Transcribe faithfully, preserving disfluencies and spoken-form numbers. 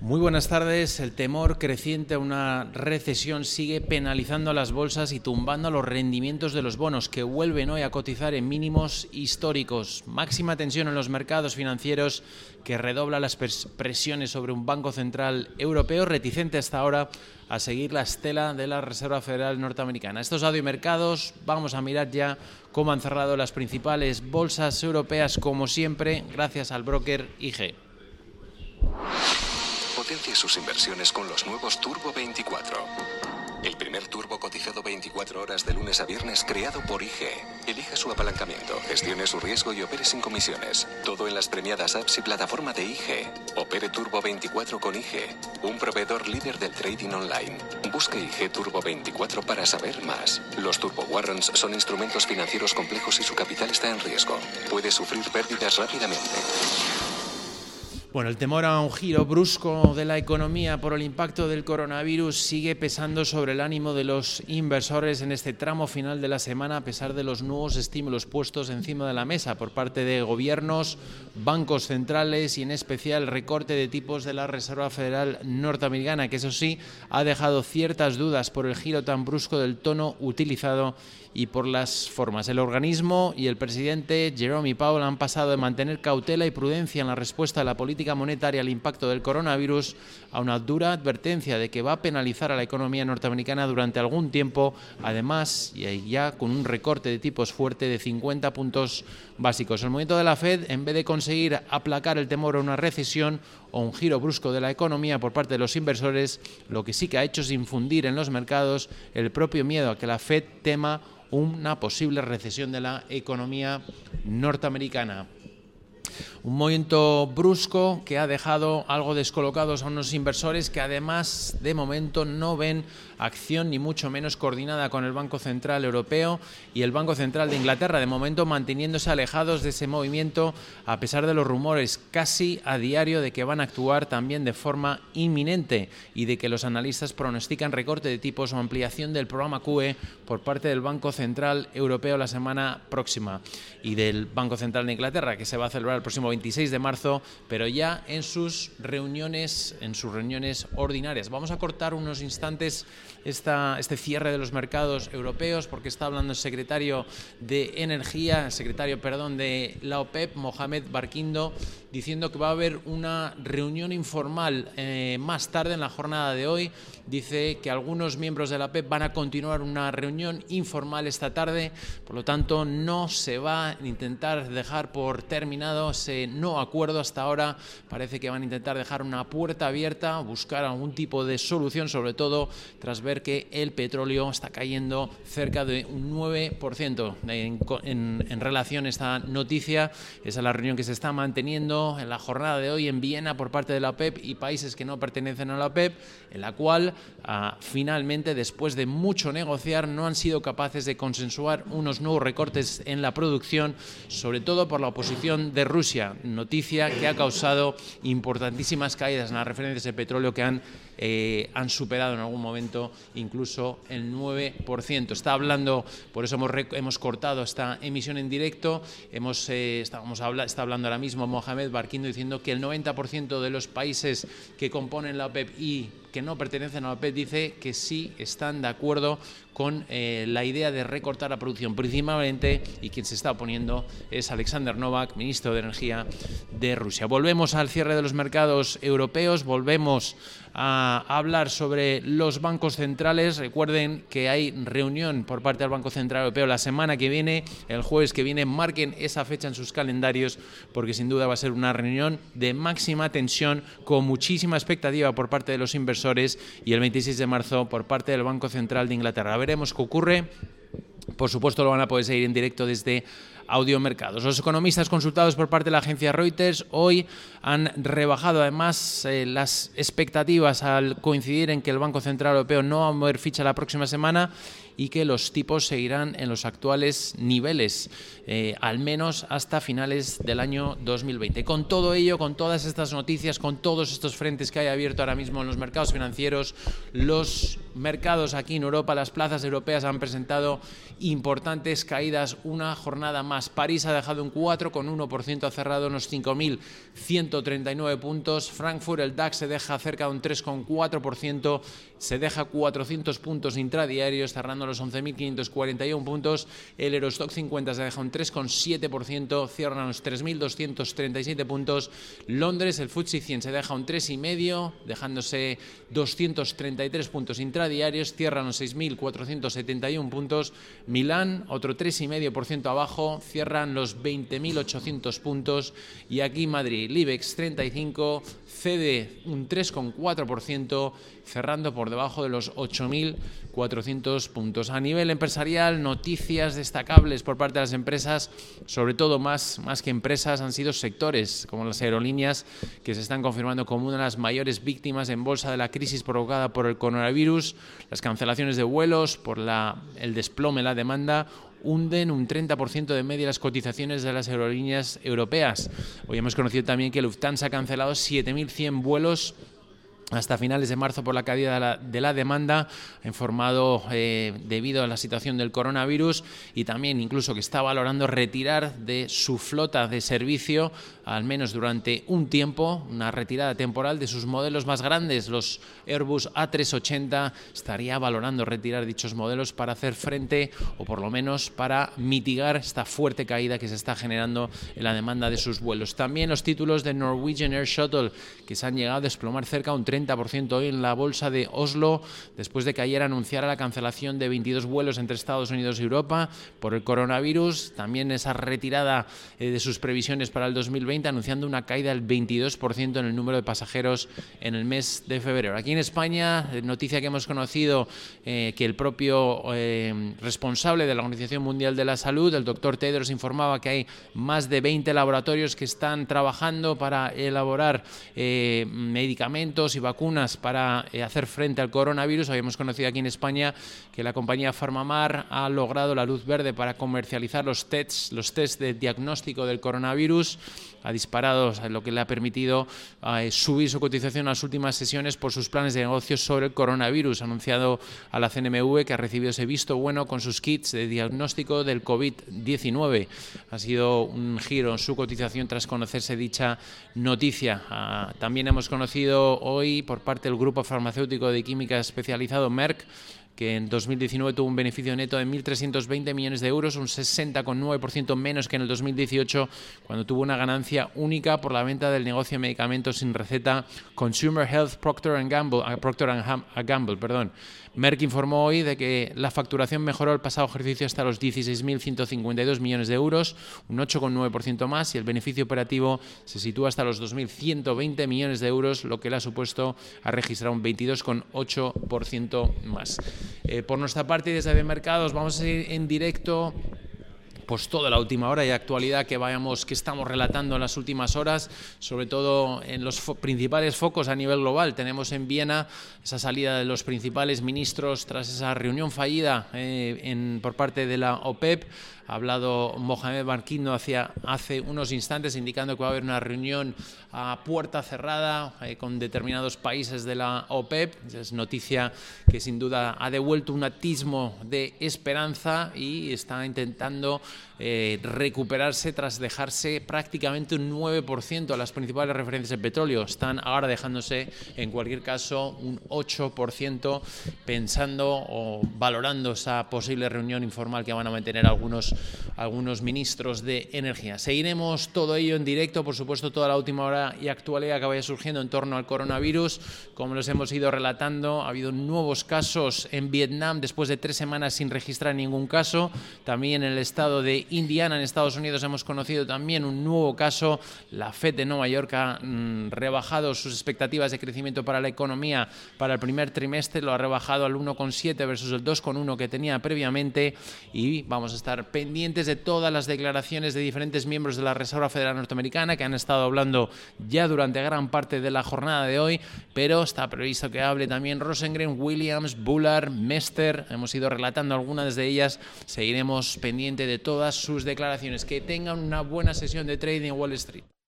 Muy buenas tardes. El temor creciente a una recesión sigue penalizando a las bolsas y tumbando a los rendimientos de los bonos, que vuelven hoy a cotizar en mínimos históricos. Máxima tensión en los mercados financieros, que redobla las presiones sobre un Banco Central Europeo reticente hasta ahora a seguir la estela de la Reserva Federal norteamericana. Estos audio mercados, vamos a mirar ya cómo han cerrado las principales bolsas europeas, como siempre, gracias al broker I G. Potencia sus inversiones con los nuevos Turbo veinticuatro. El primer turbo cotizado veinticuatro horas de lunes a viernes creado por I G. Elija su apalancamiento, gestione su riesgo y opere sin comisiones. Todo en las premiadas apps y plataforma de I G. Opere Turbo veinticuatro con I G, un proveedor líder del trading online. Busque I G Turbo veinticuatro para saber más. Los Turbo Warrants son instrumentos financieros complejos y su capital está en riesgo. Puede sufrir pérdidas rápidamente. Bueno, el temor a un giro brusco de la economía por el impacto del coronavirus sigue pesando sobre el ánimo de los inversores en este tramo final de la semana, a pesar de los nuevos estímulos puestos encima de la mesa por parte de gobiernos, bancos centrales y en especial el recorte de tipos de la Reserva Federal norteamericana, que eso sí ha dejado ciertas dudas por el giro tan brusco del tono utilizado y por las formas. El organismo y el presidente Jerome Powell han pasado de mantener cautela y prudencia en la respuesta a la política monetaria al impacto del coronavirus a una dura advertencia de que va a penalizar a la economía norteamericana durante algún tiempo, además y ya con un recorte de tipos fuerte de cincuenta puntos básicos. El movimiento de la Fed, en vez de conseguir aplacar el temor a una recesión o un giro brusco de la economía por parte de los inversores, lo que sí que ha hecho es infundir en los mercados el propio miedo a que la Fed tema una posible recesión de la economía norteamericana. Un movimiento brusco que ha dejado algo descolocados a unos inversores que además de momento no ven acción ni mucho menos coordinada con el Banco Central Europeo y el Banco Central de Inglaterra, de momento manteniéndose alejados de ese movimiento a pesar de los rumores casi a diario de que van a actuar también de forma inminente y de que los analistas pronostican recorte de tipos o ampliación del programa Q E por parte del Banco Central Europeo la semana próxima y del Banco Central de Inglaterra, que se va a celebrar el próximo veintiséis de marzo, pero ya en sus reuniones, en sus reuniones ordinarias. Vamos a cortar unos instantes esta, este cierre de los mercados europeos porque está hablando el secretario de Energía, el secretario, perdón, de la OPEP, Mohamed Barkindo, diciendo que va a haber una reunión informal eh, más tarde en la jornada de hoy. Dice que algunos miembros de la OPEP van a continuar una reunión informal esta tarde, por lo tanto no se va a intentar dejar por terminado ese no acuerdo hasta ahora. Parece que van a intentar dejar una puerta abierta, buscar algún tipo de solución, sobre todo tras ver que el petróleo está cayendo cerca de un nueve por ciento en, en, en relación a esta noticia. Esa es la reunión que se está manteniendo en la jornada de hoy en Viena por parte de la OPEP y países que no pertenecen a la OPEP, en la cual uh, finalmente, después de mucho negociar, no han sido capaces de consensuar unos nuevos recortes en la producción, sobre todo por la oposición de Rusia, noticia que ha causado importantísimas caídas en las referencias de petróleo que han, eh, han superado en algún momento incluso el nueve por ciento. Está hablando, por eso hemos, hemos cortado esta emisión en directo, hemos, eh, estábamos habla, está hablando ahora mismo Mohamed Barkindo diciendo que el noventa por ciento de los países que componen la OPEP y que no pertenecen a la OPEP dice que sí están de acuerdo con eh, la idea de recortar la producción principalmente, y quien se está oponiendo es Alexander Novak, ministro de Energía de Rusia. Volvemos al cierre de los mercados europeos, volvemos a hablar sobre los bancos centrales. Recuerden que hay reunión por parte del Banco Central Europeo la semana que viene, el jueves que viene. Marquen esa fecha en sus calendarios porque sin duda va a ser una reunión de máxima tensión con muchísima expectativa por parte de los inversores, y el veintiséis de marzo por parte del Banco Central de Inglaterra. Veremos qué ocurre. Por supuesto lo van a poder seguir en directo desde Audio Mercados. Los economistas consultados por parte de la agencia Reuters hoy han rebajado además eh, las expectativas al coincidir en que el Banco Central Europeo no va a mover ficha la próxima semana y que los tipos seguirán en los actuales niveles, eh, al menos hasta finales del año dos mil veinte. Con todo ello, con todas estas noticias, con todos estos frentes que hay abierto ahora mismo en los mercados financieros, los mercados aquí en Europa, las plazas europeas han presentado importantes caídas, una jornada más más. París ha dejado un cuatro coma uno por ciento, ha cerrado unos cinco mil ciento treinta y nueve puntos. Frankfurt, el DAX, se deja cerca de un tres coma cuatro por ciento, se deja cuatrocientos puntos intradiarios, cerrando los once mil quinientos cuarenta y uno puntos. El Eurostock cincuenta se deja un tres coma siete por ciento, cierra los tres mil doscientos treinta y siete puntos. Londres, el F T S E cien, se deja un tres coma cinco, dejándose doscientos treinta y tres puntos intradiarios, cierran los seis mil cuatrocientos setenta y uno puntos. Milán, otro tres coma cinco por ciento abajo, cierran los veinte mil ochocientos puntos. Y aquí Madrid, el IBEX treinta y cinco cede un tres coma cuatro por ciento, cerrando por debajo de los ocho mil cuatrocientos puntos. A nivel empresarial, noticias destacables por parte de las empresas, sobre todo más, más que empresas, han sido sectores como las aerolíneas, que se están confirmando como una de las mayores víctimas en bolsa de la crisis provocada por el coronavirus. Las cancelaciones de vuelos por la, el desplome en la demanda hunden un treinta por ciento de media las cotizaciones de las aerolíneas europeas. Hoy hemos conocido también que Lufthansa ha cancelado siete mil cien vuelos hasta finales de marzo por la caída de la, de la demanda, ha informado eh, debido a la situación del coronavirus, y también incluso que está valorando retirar de su flota de servicio, al menos durante un tiempo, una retirada temporal de sus modelos más grandes, los Airbus A trescientos ochenta, estaría valorando retirar dichos modelos para hacer frente, o por lo menos para mitigar esta fuerte caída que se está generando en la demanda de sus vuelos. También los títulos de Norwegian Air Shuttle, que se han llegado a desplomar cerca de un treinta por ciento hoy en la bolsa de Oslo, después de que ayer anunciara la cancelación de veintidós vuelos entre Estados Unidos y Europa por el coronavirus. También esa retirada eh, de sus previsiones para el dos mil veinte, anunciando una caída del veintidós por ciento en el número de pasajeros en el mes de febrero. Aquí en España, noticia que hemos conocido, eh, que el propio eh, responsable de la Organización Mundial de la Salud, el doctor Tedros, informaba que hay más de veinte laboratorios que están trabajando para elaborar eh, medicamentos y vacunas para eh, hacer frente al coronavirus. Habíamos conocido aquí en España que la compañía PharmaMar ha logrado la luz verde para comercializar los tests, los tests de diagnóstico del coronavirus. Ha disparado, lo que le ha permitido eh, subir su cotización en las últimas sesiones por sus planes de negocios sobre el coronavirus. Ha anunciado a la C N M V que ha recibido ese visto bueno con sus kits de diagnóstico del COVID diecinueve. Ha sido un giro en su cotización tras conocerse dicha noticia. Ah, también hemos conocido hoy por parte del grupo farmacéutico de química especializado Merck, que en dos mil diecinueve tuvo un beneficio neto de mil trescientos veinte millones de euros, un sesenta coma nueve por ciento menos que en el dos mil dieciocho, cuando tuvo una ganancia única por la venta del negocio de medicamentos sin receta Consumer Health Procter and Gamble, Procter and Gamble, perdón. Merck informó hoy de que la facturación mejoró el pasado ejercicio hasta los dieciséis mil ciento cincuenta y dos millones de euros, un ocho coma nueve por ciento más, y el beneficio operativo se sitúa hasta los dos mil ciento veinte millones de euros, lo que le ha supuesto a registrar un veintidós coma ocho por ciento más. Eh, por nuestra parte, desde B Mercados, vamos a ir en directo pues toda la última hora y actualidad que vayamos, que estamos relatando en las últimas horas, sobre todo en los fo- principales focos a nivel global. Tenemos en Viena esa salida de los principales ministros tras esa reunión fallida eh, en, por parte de la OPEP. Ha hablado Mohamed Barkindo hacia, hace unos instantes, indicando que va a haber una reunión a puerta cerrada eh, con determinados países de la OPEP. Es noticia que sin duda ha devuelto un atismo de esperanza y está intentando eh, recuperarse tras dejarse prácticamente un nueve por ciento a las principales referencias de petróleo. Están ahora dejándose, en cualquier caso, un ocho por ciento, pensando o valorando esa posible reunión informal que van a mantener algunos algunos ministros de energía. Seguiremos todo ello en directo, por supuesto, toda la última hora y actualidad que vaya surgiendo en torno al coronavirus. Como los hemos ido relatando, ha habido nuevos casos en Vietnam después de tres semanas sin registrar ningún caso. También en el estado de Indiana, en Estados Unidos, hemos conocido también un nuevo caso. La Fed de Nueva York ha mmm, rebajado sus expectativas de crecimiento para la economía para el primer trimestre, lo ha rebajado al uno coma siete versus el dos coma uno que tenía previamente, y vamos a estar pendientes de todas las declaraciones de diferentes miembros de la Reserva Federal Norteamericana que han estado hablando ya durante gran parte de la jornada de hoy, pero está previsto que hable también Rosengren, Williams, Bullard, Mester. Hemos ido relatando algunas de ellas, seguiremos pendiente de todas sus declaraciones. Que tengan una buena sesión de trading en Wall Street.